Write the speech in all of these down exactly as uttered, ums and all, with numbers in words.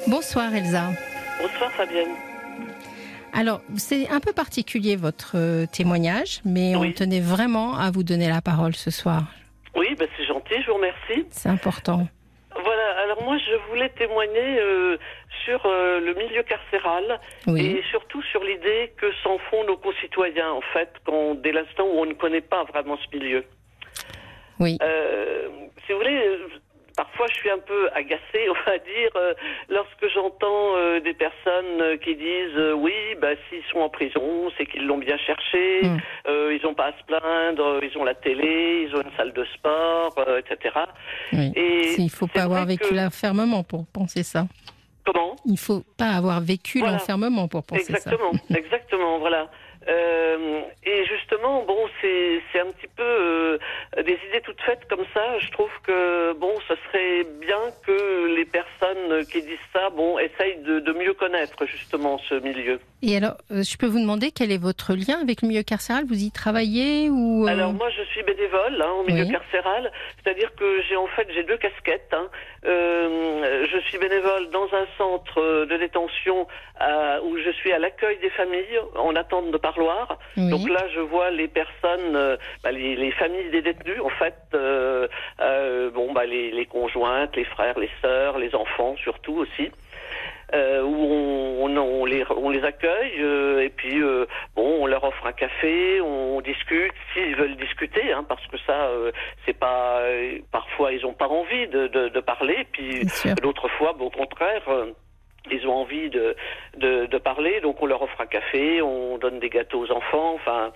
Bonsoir Elsa. Bonsoir Fabienne. Alors, c'est un peu particulier votre euh, témoignage, mais Oui. on tenait vraiment à vous donner la parole ce soir. Oui, bah c'est gentil, je vous remercie. C'est important. Voilà, alors moi je voulais témoigner euh, sur euh, le milieu carcéral Oui. et surtout sur l'idée que s'en font nos concitoyens en fait, quand, dès l'instant où on ne connaît pas vraiment ce milieu. Oui. Euh, si vous voulez, euh, parfois je suis un peu agacée, on va dire, euh, lorsque j'entends euh, des personnes euh, qui disent euh, oui, bah, s'ils sont en prison, c'est qu'ils l'ont bien cherché, Mm. euh, ils n'ont pas à se plaindre, ils ont la télé, ils ont une salle de sport, euh, et cetera. Oui. Et Il ne faut c'est pas avoir vrai vécu que- l'enfermement pour penser ça. Comment ? Il ne faut pas avoir vécu Voilà. l'enfermement pour penser Exactement, ça. exactement, voilà. Euh, et justement, bon, c'est c'est un petit peu euh, des idées toutes faites comme ça. Je trouve que bon, ce serait bien que les personnes qui disent ça, bon, essayent de, de mieux connaître justement ce milieu. Et alors, euh, je peux vous demander quel est votre lien avec le milieu carcéral ? Vous y travaillez ou euh, Alors moi, je suis bénévole hein, au milieu Oui. carcéral, c'est-à-dire que j'ai en fait j'ai deux casquettes. Hein. Euh, je suis bénévole dans un centre de détention euh, où je suis à l'accueil des familles en attente de parloir. Oui. Donc là, je vois les personnes, euh, bah, les, les familles des détenus, en fait, euh, euh, bon, bah, les, les conjointes, les frères, les sœurs, les enfants, surtout aussi. Euh, où on, on, on, les, on les accueille euh, et puis euh, bon, on leur offre un café, on discute s'ils veulent discuter, hein, parce que ça, euh, c'est pas euh, parfois ils ont pas envie de, de, de parler, puis Bien sûr. d'autres fois, bon, au contraire. Euh, Ils ont envie de, de, de parler, donc on leur offre un café, on donne des gâteaux aux enfants, enfin.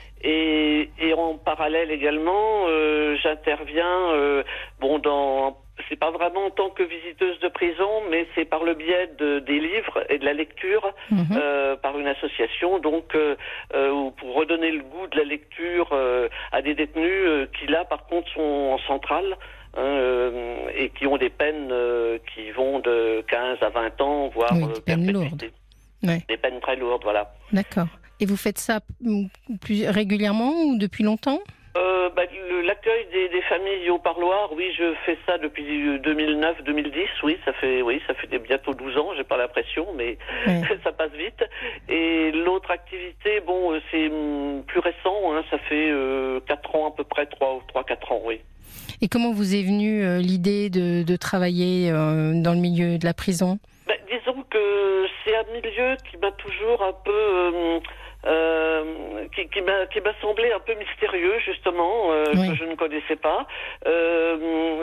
Et, et en parallèle également, euh, j'interviens, euh, bon, dans, c'est pas vraiment en tant que visiteuse de prison, mais c'est par le biais de, des livres et de la lecture, Mhm. euh, par une association, donc euh, euh, pour redonner le goût de la lecture euh, à des détenus euh, qui là, par contre, sont en centrale. Hein, euh, et qui ont des peines euh, qui vont de quinze à vingt ans, voire Oui, euh, des peines perpétuité. lourdes. Ouais. Des peines très lourdes, voilà. D'accord. Et vous faites ça mm, plus régulièrement ou depuis longtemps ? Euh, bah, le- l'accueil des, des familles au parloir, oui, je fais ça depuis deux mille neuf deux mille dix, oui, ça fait, oui, ça fait des- bientôt douze ans, j'ai pas l'impression, mais Ouais. ça passe vite. Et l'autre activité, bon, euh, c'est hum, plus récent, hein, ça fait euh, quatre ans à peu près, trois quatre ans, oui. Et comment vous est venue euh, l'idée de, de travailler euh, dans le milieu de la prison ? Ben, disons que c'est un milieu qui m'a toujours un peu, euh, euh, qui, qui m'a, qui m'a semblé un peu mystérieux justement, euh, Oui. que je ne connaissais pas. Euh,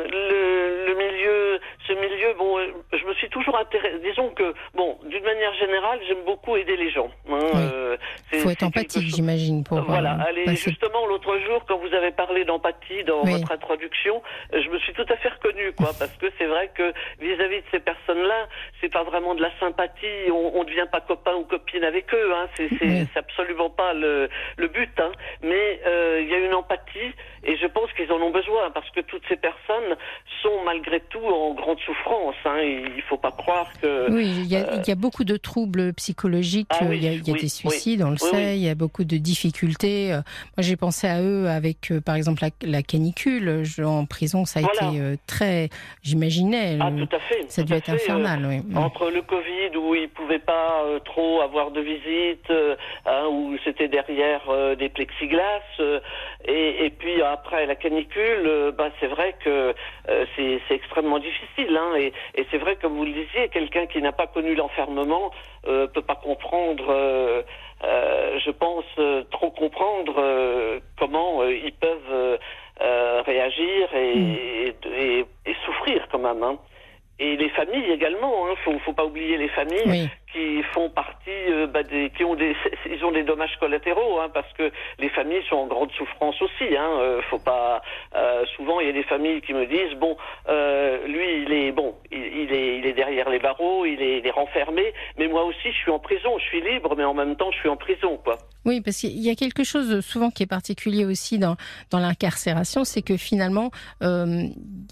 le, le milieu, ce milieu, bon, euh, je me suis toujours intéressé. Disons que, bon, d'une manière générale, j'aime beaucoup aider les gens. Hein, Oui. euh, c'est- Il faut être c'est quelque empathique, chose- j'imagine, pour Voilà, euh, allez, passer- justement, l'autre jour, quand vous avez parlé d'empathie dans Oui. votre introduction, euh, je me suis tout à fait reconnue, quoi, parce que c'est vrai que vis-à-vis de ces personnes-là, c'est pas vraiment de la sympathie, on, on devient pas copain ou copine avec eux, hein, c'est, c'est, Oui. c'est absolument pas le, le but, hein, mais euh, il y a une empathie, et je pense qu'ils en ont besoin, parce que toutes ces personnes sont malgré tout en grande souffrance, hein, il faut pas croire que... Oui, il y, a, il y a beaucoup de troubles psychologiques, Ah oui, il y a, il y a oui, des suicides, oui. on le Oui, sait, oui. il y a beaucoup de difficultés. Euh, Moi, j'ai pensé à eux avec, euh, par exemple, la, la canicule. Je- en prison, ça a Voilà. été euh, très... J'imaginais. Ah, le- tout à fait. Ça a tout dû à être fait, infernal, euh, oui. Mm. Entre le Covid, où ils pouvaient pas euh, trop avoir de visites, euh, hein, où c'était derrière euh, des plexiglas, euh, et, et puis après la canicule, euh, bah, c'est vrai que euh, c'est, c'est extrêmement difficile. Hein, et, et c'est vrai, comme vous le disiez, quelqu'un qui n'a pas connu l'enfermement euh, peut pas comprendre... Euh, euh, je pense euh, trop comprendre euh, comment euh, ils peuvent euh, euh, réagir et, Mm. et, et, et souffrir quand même. Hein. Et les familles également, hein, faut, faut pas oublier les familles Oui. qui font partie, euh, bah, des, qui ont des, ils ont des dommages collatéraux, hein, parce que les familles sont en grande souffrance aussi. Hein, euh, faut pas. Euh, souvent, il y a des familles qui me disent, bon, euh, lui, il est bon, il, il est, il est derrière les barreaux, il est, il est renfermé, mais moi aussi, je suis en prison, je suis libre, mais en même temps, je suis en prison, quoi. Oui, parce qu'il y a quelque chose souvent qui est particulier aussi dans, dans l'incarcération, c'est que finalement, euh,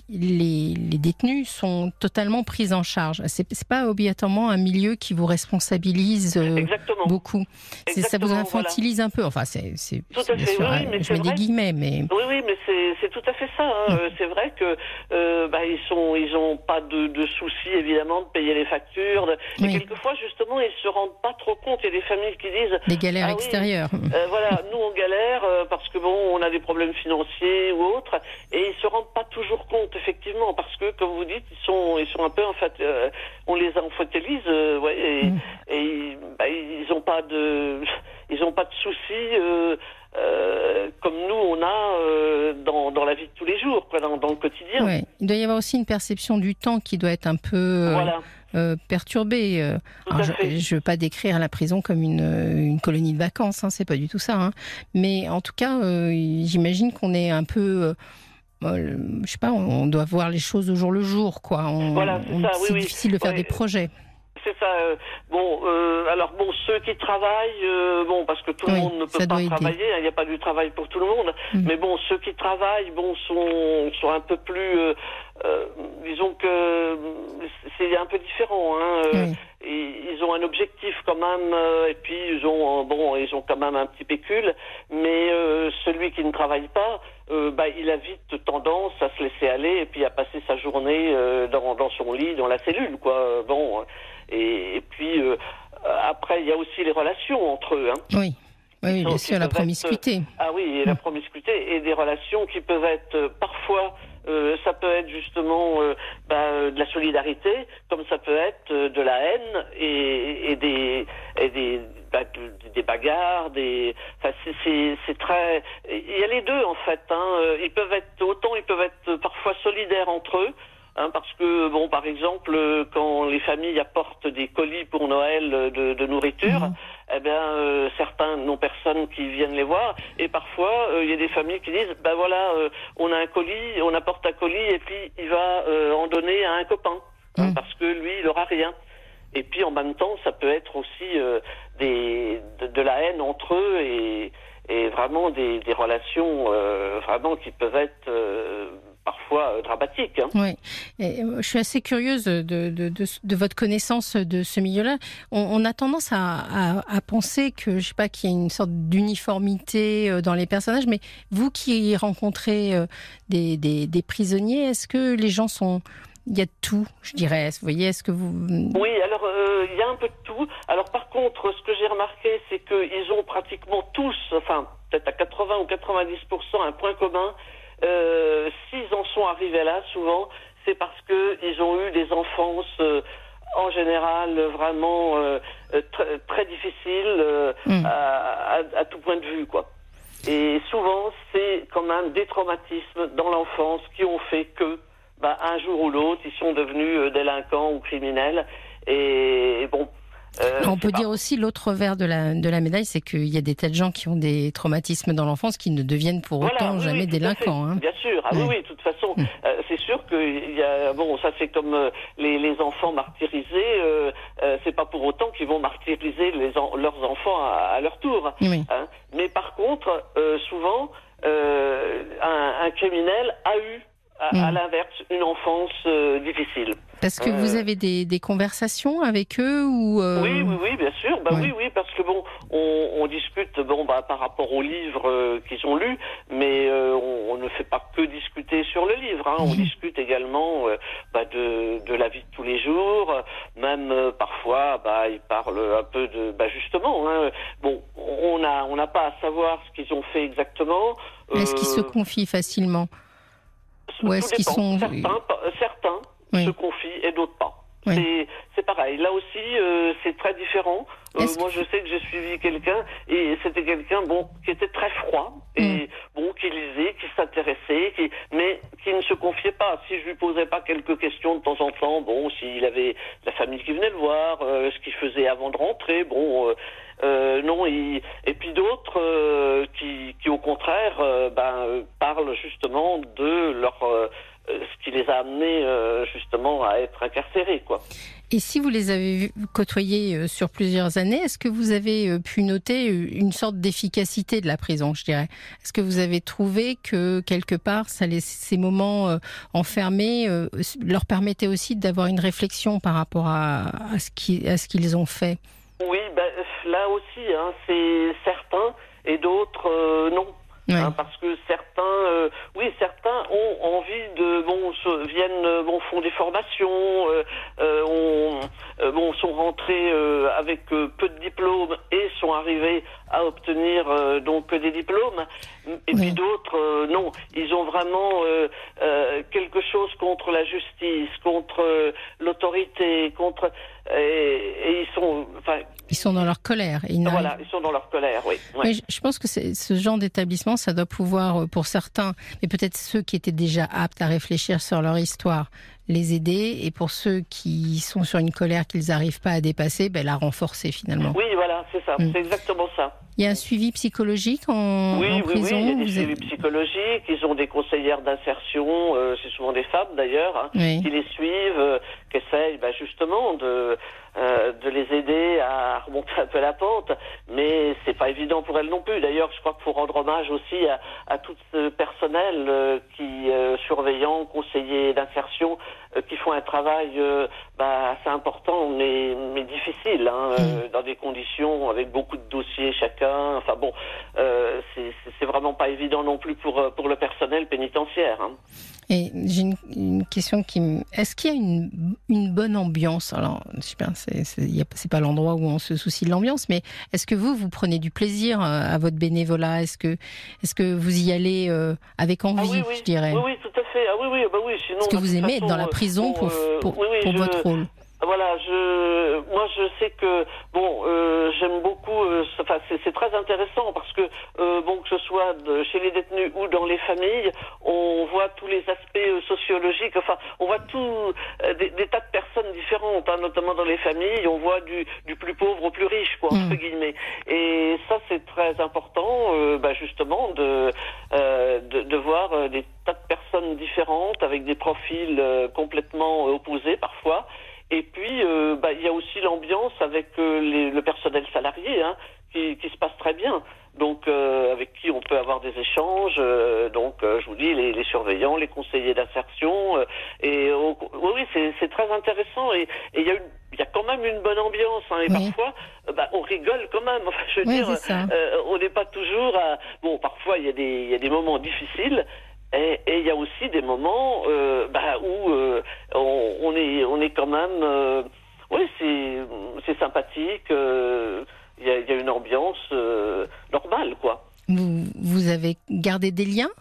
les, les détenus sont totalement pris en charge. C'est, c'est pas obligatoirement un milieu qui vous responsabilise euh, beaucoup. C'est, ça vous infantilise voilà. un peu. Enfin, c'est, c'est, tout c'est à bien fait. sûr, Oui, oui, mais je mets vrai. des guillemets, mais oui, oui, mais c'est, c'est tout à fait ça. Hein. Mmh. C'est vrai que euh, bah, ils sont, ils ont pas de, de soucis évidemment de payer les factures. De... Et oui. quelquefois, justement, ils se rendent pas trop compte. Il y a des familles qui disent des galères ah, extérieures. Oui, euh, voilà, nous on galère euh, parce que bon, on a des problèmes financiers ou autres, et ils se rendent pas toujours compte effectivement parce que, comme vous dites, ils sont, ils sont un peu en fait, euh, on les infantilise, euh, ouais, et, mmh. et bah, ils ont pas de, ils ont pas de soucis. Euh, Euh, comme nous on a euh, dans, dans la vie de tous les jours, quoi, dans, dans le quotidien. Ouais. Il doit y avoir aussi une perception du temps qui doit être un peu euh, voilà. euh, perturbée. Euh. Alors, je ne veux pas décrire la prison comme une, une colonie de vacances, hein, c'est pas du tout ça. Hein. Mais en tout cas, euh, j'imagine qu'on est un peu... Euh, je sais pas, on doit voir les choses au jour le jour, quoi. On, voilà, c'est on, ça, c'est oui, difficile oui. de faire ouais. des projets. C'est ça. Euh, bon, euh, alors bon, ceux qui travaillent, euh, bon, parce que tout le oui, monde ne peut pas travailler, il hein, n'y a pas du travail pour tout le monde. Mm. Mais bon, ceux qui travaillent, bon, sont sont un peu plus, euh, euh, disons que c'est un peu différent. Hein, euh, oui. Ils, ils ont un objectif quand même, euh, et puis ils ont, bon, ils ont quand même un petit pécule. Mais euh, celui qui ne travaille pas, euh, bah, il a vite tendance à se laisser aller et puis à passer sa journée euh, dans dans son lit, dans la cellule, quoi. Bon. Et, et puis, euh, après, il y a aussi les relations entre eux. Hein, oui, oui bien sûr, la promiscuité. Être, ah oui, et mmh. la promiscuité, et des relations qui peuvent être, euh, parfois, euh, ça peut être justement euh, bah, de la solidarité, comme ça peut être euh, de la haine et, et des... Et des Bah, des bagarres, des, enfin, c'est, c'est, c'est très, il y a les deux en fait. Hein. Ils peuvent être autant, ils peuvent être parfois solidaires entre eux. Hein, parce que, bon, par exemple, quand les familles apportent des colis pour Noël de, de nourriture, mmh. eh bien, euh, certains n'ont personne qui vienne les voir. Et parfois, il euh, y a des familles qui disent, ben voilà, euh, on a un colis, on apporte un colis, et puis il va euh, en donner à un copain. Mmh. Hein, parce que lui, il n'aura rien. Et puis, en même temps, ça peut être aussi euh, des, de, de la haine entre eux et, et vraiment des, des relations euh, vraiment qui peuvent être... Euh, parfois euh, dramatique. Hein. Oui, et je suis assez curieuse de, de, de, de votre connaissance de ce milieu-là. On, on a tendance à, à, à penser que, je sais pas, qu'il y a une sorte d'uniformité dans les personnages, mais vous qui rencontrez des, des, des prisonniers, est-ce que les gens sont... Il y a de tout, je dirais. Vous voyez, est-ce que vous... Oui, alors euh, il y a un peu de tout. Alors par contre, ce que j'ai remarqué, c'est qu'ils ont pratiquement tous, enfin peut-être à quatre-vingts ou quatre-vingt-dix pour cent, un point commun. Euh, s'ils en sont arrivés là, souvent, c'est parce que ils ont eu des enfances euh, en général vraiment euh, très, très difficiles euh, mmh. à, à, à tout point de vue, quoi. Et souvent, c'est quand même des traumatismes dans l'enfance qui ont fait que, bah, un jour ou l'autre, ils sont devenus délinquants ou criminels. Et, et bon. Euh, on peut pas... dire aussi l'autre revers de la, de la médaille, c'est qu'il y a des tas de gens qui ont des traumatismes dans l'enfance qui ne deviennent pour voilà, autant oui, jamais oui, délinquants. Hein. Bien sûr, ah, oui, oui, de toute façon, mmh. euh, c'est sûr qu'il y a, bon, ça c'est comme euh, les, les enfants martyrisés, euh, euh, c'est pas pour autant qu'ils vont martyriser les en, leurs enfants à, à leur tour. Oui. Hein. Mais par contre, euh, souvent, euh, un, un criminel a eu, à, mmh. à l'inverse, une enfance euh, difficile. Parce que euh... vous avez des, des conversations avec eux ou euh... Oui, oui, oui, bien sûr. Bah ouais. oui, oui, parce que bon, on, on discute, bon, bah par rapport aux livres euh, qu'ils ont lus, mais euh, on, on ne fait pas que discuter sur le livre. Hein. Mmh. On discute également euh, bah, de, de la vie de tous les jours. Même euh, parfois, bah ils parlent un peu de, bah justement. Hein, bon, on a, on n'a pas à savoir ce qu'ils ont fait exactement. Est-ce euh... qu'ils se confient facilement? Ou est-ce qu'ils sont certains, certains oui. se confient et d'autres pas. Oui. C'est, c'est pareil. Là aussi, euh, c'est très différent. Euh, moi, je sais que j'ai suivi quelqu'un et c'était quelqu'un, bon, qui était très froid et mm. bon, qui lisait, qui s'intéressait, qui, mais qui ne se confiait pas. Si je lui posais pas quelques questions de temps en temps, bon, s'il avait la famille qui venait le voir, euh, ce qu'il faisait avant de rentrer, bon, euh, euh, non. Il, et puis d'autres euh, qui, qui, au contraire, euh, ben, parlent justement de leur euh, ce qui les a amenés euh, justement à être incarcérés, quoi. Et si vous les avez côtoyés sur plusieurs années, est-ce que vous avez pu noter une sorte d'efficacité de la prison, je dirais? Est-ce que vous avez trouvé que, quelque part, ça les, ces moments enfermés leur permettaient aussi d'avoir une réflexion par rapport à, à ce qui, à ce qu'ils ont fait? Oui, ben, là aussi, hein, c'est certains et d'autres euh, non. Oui. Hein, parce que certains, euh, oui, certains ont envie de, bon, se, viennent, bon, font des formations, euh, euh, ont, euh, bon, sont rentrés euh, avec euh, peu de diplômes et sont arrivés à obtenir euh, donc des diplômes. Et oui. Puis d'autres, euh, non, ils ont vraiment euh, euh, quelque chose contre la justice, contre euh, l'autorité, contre et, et ils sont, enfin. Ils sont dans leur colère. Ils voilà, ils sont dans leur colère, oui. Ouais. Mais je pense que c'est, ce genre d'établissement, ça doit pouvoir, pour certains, mais peut-être ceux qui étaient déjà aptes à réfléchir sur leur histoire, les aider, et pour ceux qui sont sur une colère qu'ils n'arrivent pas à dépasser, ben, la renforcer finalement. Oui, voilà, c'est ça, mmh. c'est exactement ça. Il y a un suivi psychologique en, oui, en oui, prison? Oui, il y a des Vous suivis êtes... psychologiques, ils ont des conseillères d'insertion, euh, c'est souvent des femmes d'ailleurs, hein, oui. qui les suivent, euh, qui essayent bah, justement de, euh, de les aider à remonter un peu la pente, mais c'est pas évident pour elles non plus. D'ailleurs, je crois qu'il faut rendre hommage aussi à, à tout ce personnel euh, qui, euh, surveillants, conseillers d'insertion, euh, qui font un travail euh, bah, assez important, mais, mais difficile, hein, mmh. euh, dans des conditions avec beaucoup de dossiers chacun. Enfin bon, euh, c'est, c'est vraiment pas évident non plus pour pour le personnel pénitentiaire. Hein. Et j'ai une, une question qui me... Est-ce qu'il y a une, une bonne ambiance? Alors, je sais pas, c'est, c'est, y a, c'est pas l'endroit où on se soucie de l'ambiance, mais est-ce que vous, vous prenez du plaisir à votre bénévolat? Est-ce que, est-ce que vous y allez euh, avec envie, ah oui, oui. je dirais? Oui, oui, tout à fait. Ah oui, oui, bah oui. Sinon, est-ce que vous aimez façon, être dans la prison pour, euh, pour, oui, oui, pour je... votre rôle? Voilà, je, moi je sais que bon, euh, j'aime beaucoup. Euh, enfin, c'est, c'est très intéressant parce que euh, bon, que ce soit de, chez les détenus ou dans les familles, on voit tous les aspects euh, sociologiques. Enfin, on voit tout euh, des, des tas de personnes différentes, hein, notamment dans les familles. On voit du, du plus pauvre au plus riche, quoi, entre mmh. guillemets. Et ça, c'est très important, euh, bah, justement, de, euh, de de voir euh, des tas de personnes différentes avec des profils euh, complètement opposés parfois. Et puis, euh, bah, il y a aussi l'ambiance avec euh, les, le personnel salarié, hein, qui, qui se passe très bien. Donc, euh, avec qui on peut avoir des échanges. Euh, donc, euh, je vous dis, les, les surveillants, les conseillers d'insertion. Euh, et euh, oui, c'est, c'est très intéressant. Et il y a une, il y a quand même une bonne ambiance. Hein, et oui. parfois, euh, bah, on rigole quand même. Enfin, je veux oui, dire, euh, on n'est pas toujours à... Bon, parfois, il y a des, il y a des moments difficiles. Et il y a aussi des moments euh, bah, où euh, on, on est on est quand même euh, oui c'est c'est sympathique, il euh, y, a, y a une ambiance euh, normale, quoi. Vous vous avez gardé des liens?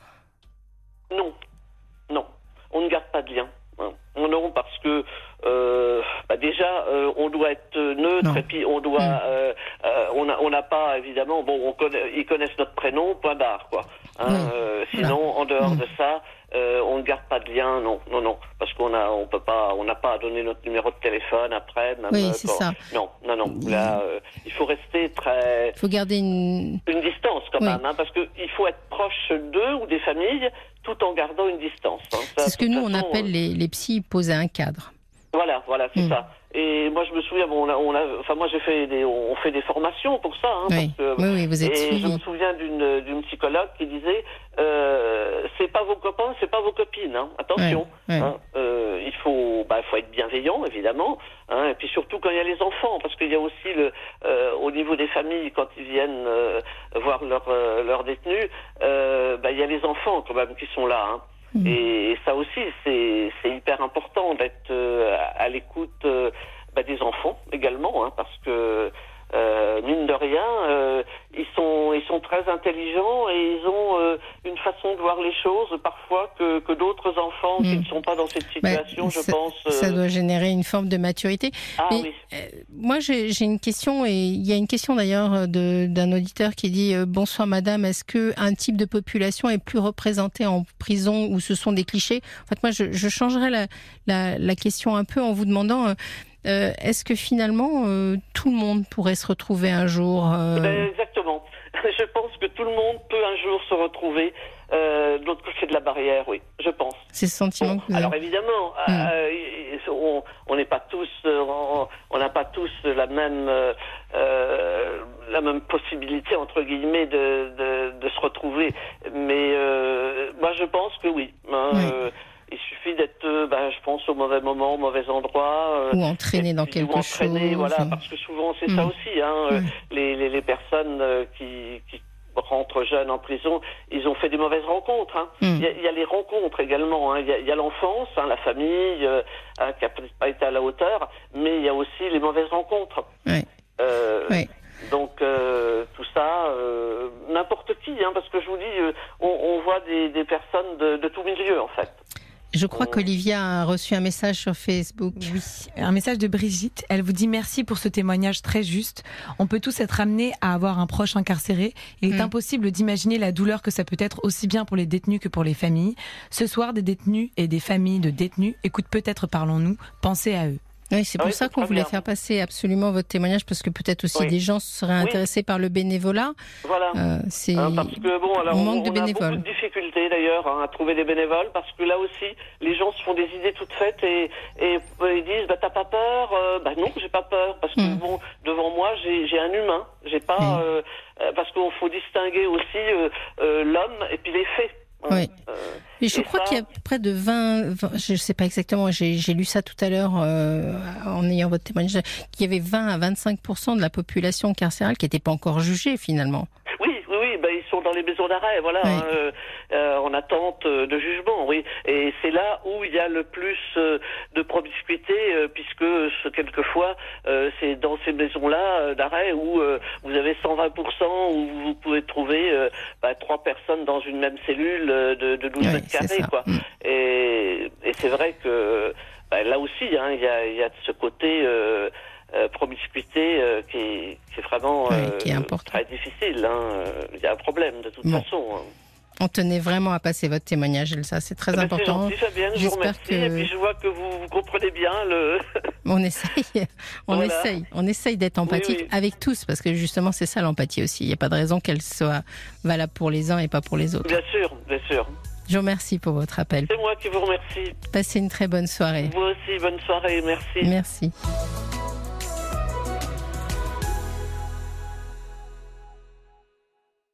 Non, non, on ne garde pas de liens. Hein. Non, parce que euh, bah déjà euh, on doit être neutre non. Et puis on doit mmh. euh, euh, on a on n'a pas évidemment bon on connaît, ils connaissent notre prénom, point barre, quoi. Hein, oui. euh, sinon voilà. En dehors mmh. de ça euh, on ne garde pas de lien, non non non parce qu'on a on peut pas on n'a pas à donner notre numéro de téléphone après même, oui c'est ça non non non là euh, il faut rester très il faut garder une une distance quand oui. même hein, parce que il faut être proche d'eux ou des familles tout en gardant une distance hein. Ça, c'est ce que nous façon, on appelle euh... les les psys poser un cadre. Voilà, voilà, c'est mmh. ça. Et moi, je me souviens, bon, on a, on a, enfin, moi, j'ai fait des, on fait des formations pour ça, hein, oui. parce que, oui, oui, vous êtes et suivi. je me souviens d'une, d'une psychologue qui disait, euh, c'est pas vos copains, c'est pas vos copines, hein, attention. Oui, oui. Hein, euh, il faut, bah, faut être bienveillant, évidemment, hein, et puis surtout quand il y a les enfants, parce qu'il y a aussi le, euh, au niveau des familles, quand ils viennent euh, voir leurs euh, leurs détenus, euh, bah, il y a les enfants quand même qui sont là, hein. Mmh. Et, et ça aussi, c'est, c'est hyper important d'être euh, à, à l'écoute euh, bah, des enfants également, hein, parce que euh, mine de rien, euh, ils sont ils sont très intelligents et ils ont euh, une façon de voir les choses parfois que, que d'autres enfants mmh. qui ne sont pas dans cette situation, bah, je ça, pense. Euh... Ça doit générer une forme de maturité. Ah, Mais, oui. euh, moi, j'ai, j'ai une question, et il y a une question d'ailleurs de, d'un auditeur qui dit euh, « Bonsoir madame, est-ce qu'un type de population est plus représenté en prison où ce sont des clichés ?» En fait, moi, je, je changerais la, la, la question un peu en vous demandant... Euh, Euh, est-ce que finalement euh, tout le monde pourrait se retrouver un jour euh... ben, exactement. Je pense que tout le monde peut un jour se retrouver euh, de l'autre côté de la barrière, oui, je pense. C'est ce sentiment Bon, que vous avez. alors évidemment, Mm. euh, on on n'est pas tous, euh, on on n'a pas tous la même, euh, euh, la même possibilité entre guillemets de de, de se retrouver. Mais euh, moi, je pense que oui. Hein, Oui. euh, il suffit d'être, euh, ben, je pense, au mauvais moment, au mauvais endroit. Euh, Ou entraîné dans puis, quelque ou entraîné, chose. voilà, parce que souvent c'est Mm. ça aussi. Hein, euh, Mm. les, les les personnes euh, qui qui rentrent jeunes en prison, ils ont fait des mauvaises rencontres. Hein. Mm. Il, y a, il y a les rencontres également. Hein. Il, y a, il y a l'enfance, hein, la famille, euh, hein, qui a peut-être pas été à la hauteur, mais il y a aussi les mauvaises rencontres. Ouais. Euh, Ouais. Donc euh, tout ça, euh, n'importe qui, hein, parce que je vous dis, euh, on, on voit des, des personnes de, de tout milieu en fait. Je crois On- qu'Olivia a reçu un message sur Facebook. Oui, un message de Brigitte. Elle vous dit merci pour ce témoignage très juste. On peut tous être amenés à avoir un proche incarcéré. Il est Mm. impossible d'imaginer la douleur que ça peut être aussi bien pour les détenus que pour les familles. Ce soir, des détenus et des familles de détenus écoutent peut-être Parlons-nous. Pensez à eux. Oui, c'est Ah pour oui, ça c'est qu'on très voulait bien. faire passer absolument votre témoignage, parce que peut-être aussi Oui. des gens seraient Oui. intéressés par le bénévolat. Voilà. Euh, c'est... Hein, parce que bon, alors on on, manque de on a bénévoles. beaucoup de difficultés d'ailleurs hein, à trouver des bénévoles, parce que là aussi, les gens se font des idées toutes faites et, et euh, ils disent bah t'as pas peur, euh, bah non j'ai pas peur, parce que Mm. bon devant moi j'ai j'ai un humain, j'ai pas Mm. euh, euh, parce qu'il faut distinguer aussi euh, euh, l'homme et puis les faits. hein. Oui. Euh, Et je et crois ça- qu'il y a près de vingt, vingt je ne sais pas exactement, j'ai, j'ai lu ça tout à l'heure euh, en ayant votre témoignage, qu'il y avait vingt à vingt-cinq pour cent de la population carcérale qui n'était pas encore jugée finalement. Oui, oui, oui, bah, ils sont dans les maisons d'arrêt, voilà, Oui. hein, euh, euh, en attente euh, de jugement, oui. Et c'est là où il y a le plus euh, de promiscuité, euh, puisque ce, quelquefois, euh, c'est dans ces maisons-là euh, d'arrêt où euh, vous avez cent vingt pour cent, où vous pouvez trouver euh, bah, trois personnes dans une même cellule euh, de, de douze Oui, mètres c'est carrés, ça. quoi. Mm. Et, et c'est vrai que bah, là aussi, hein, il y, a, il y a de ce côté... Euh, Euh, promiscuité euh, qui, est, qui est vraiment Oui, euh, qui est important. très difficile. Hein. Il y a un problème de toute Bon. façon. Hein. On tenait vraiment à passer votre témoignage, Elsa, c'est très Eh ben, important. C'est gentil, Fabienne, je vous J'espère remercie. que- Et puis je vois que vous, vous comprenez bien le. On essaye, on Voilà. essaye, on essaye d'être empathique Oui, oui. avec tous, parce que justement c'est ça l'empathie aussi. Il n'y a pas de raison qu'elle soit valable pour les uns et pas pour les autres. Bien sûr, bien sûr. Je vous remercie pour votre appel. C'est moi qui vous remercie. Passez une très bonne soirée. Vous aussi, bonne soirée, merci. Merci.